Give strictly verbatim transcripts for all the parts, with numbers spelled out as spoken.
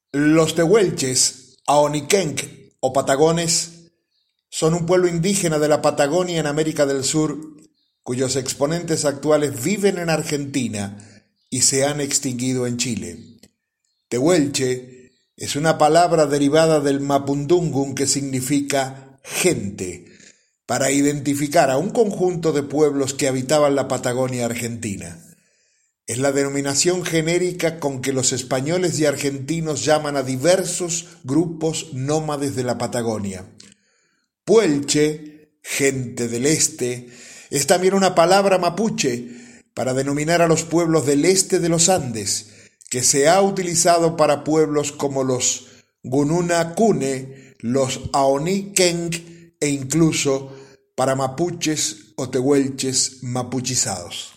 Los tehuelches, aonikenc o patagones, son un pueblo indígena de la Patagonia en América del Sur, cuyos exponentes actuales viven en Argentina y se han extinguido en Chile. Tehuelche es una palabra derivada del mapudungun que significa gente, para identificar a un conjunto de pueblos que habitaban la Patagonia argentina. Es la denominación genérica con que los españoles y argentinos llaman a diversos grupos nómades de la Patagonia. Puelche, gente del este, es también una palabra mapuche para denominar a los pueblos del este de los Andes, que se ha utilizado para pueblos como los Gununacune, los Aonikenc e incluso para mapuches o tehuelches mapuchizados.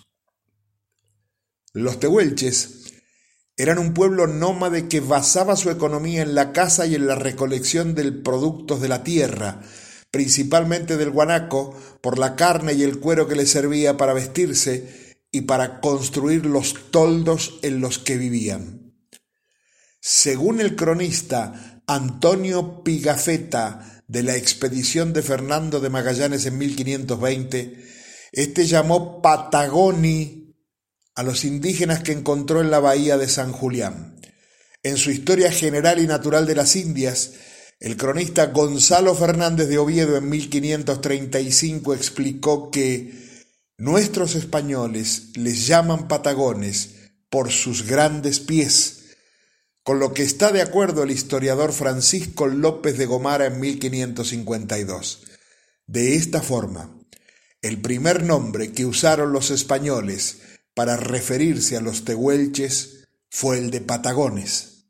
Los tehuelches eran un pueblo nómade que basaba su economía en la caza y en la recolección de productos de la tierra, principalmente del guanaco, por la carne y el cuero que les servía para vestirse y para construir los toldos en los que vivían. Según el cronista Antonio Pigafetta de la expedición de Fernando de Magallanes en mil quinientos veinte, este llamó Patagoni a los indígenas que encontró en la bahía de San Julián. En su Historia General y Natural de las Indias, el cronista Gonzalo Fernández de Oviedo en mil quinientos treinta y cinco explicó que nuestros españoles les llaman patagones por sus grandes pies, con lo que está de acuerdo el historiador Francisco López de Gomara en mil quinientos cincuenta y dos. De esta forma, el primer nombre que usaron los españoles para referirse a los tehuelches fue el de patagones.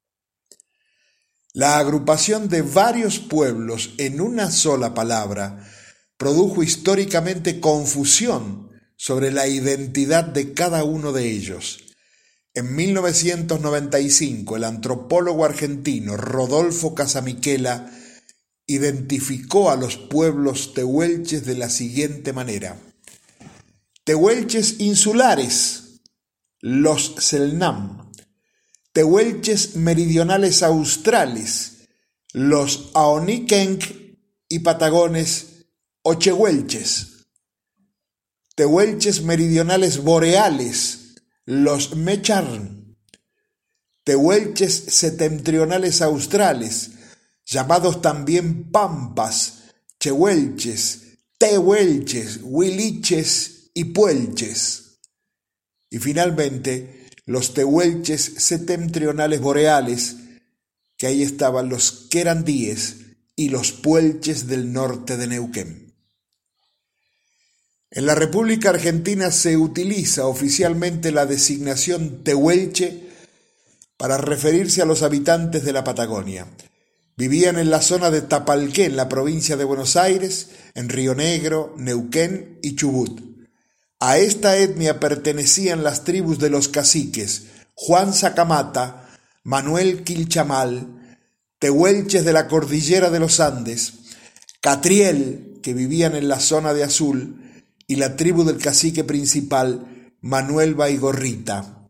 La agrupación de varios pueblos en una sola palabra produjo históricamente confusión sobre la identidad de cada uno de ellos. En mil novecientos noventa y cinco, el antropólogo argentino Rodolfo Casamichela identificó a los pueblos tehuelches de la siguiente manera: tehuelches insulares, los Selknam; tehuelches meridionales australes, los Aonikenc; y patagones, ochehuelches; tehuelches meridionales boreales, los Mecharn; tehuelches septentrionales australes, llamados también pampas, chehuelches, tehuelches, huiliches y puelches; y finalmente los tehuelches septentrionales boreales, que ahí estaban los querandíes y los puelches del norte de Neuquén. En la República Argentina se utiliza oficialmente la designación tehuelche para referirse a los habitantes de la Patagonia. Vivían en la zona de Tapalqué, en la provincia de Buenos Aires, en Río Negro, Neuquén y Chubut. A esta etnia pertenecían las tribus de los caciques Juan Sacamata, Manuel Quilchamal, tehuelches de la cordillera de los Andes, Catriel, que vivían en la zona de Azul, y la tribu del cacique principal, Manuel Baigorrita.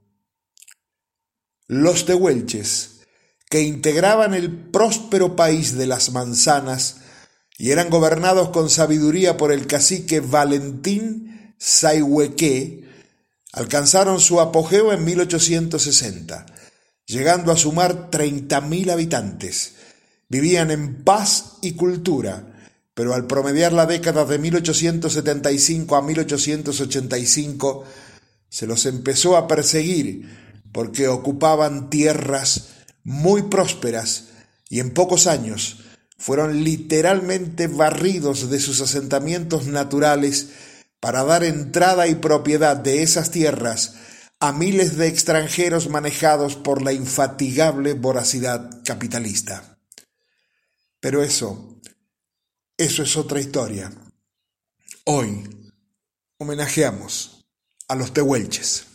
Los tehuelches, que integraban el próspero país de las manzanas y eran gobernados con sabiduría por el cacique Valentín Sayhueque, alcanzaron su apogeo en mil ochocientos sesenta, llegando a sumar treinta mil habitantes. Vivían en paz y cultura, pero al promediar la década de mil ochocientos setenta y cinco a mil ochocientos ochenta y cinco, se los empezó a perseguir porque ocupaban tierras muy prósperas y en pocos años fueron literalmente barridos de sus asentamientos naturales para dar entrada y propiedad de esas tierras a miles de extranjeros manejados por la infatigable voracidad capitalista. Pero eso, eso es otra historia. Hoy homenajeamos a los tehuelches.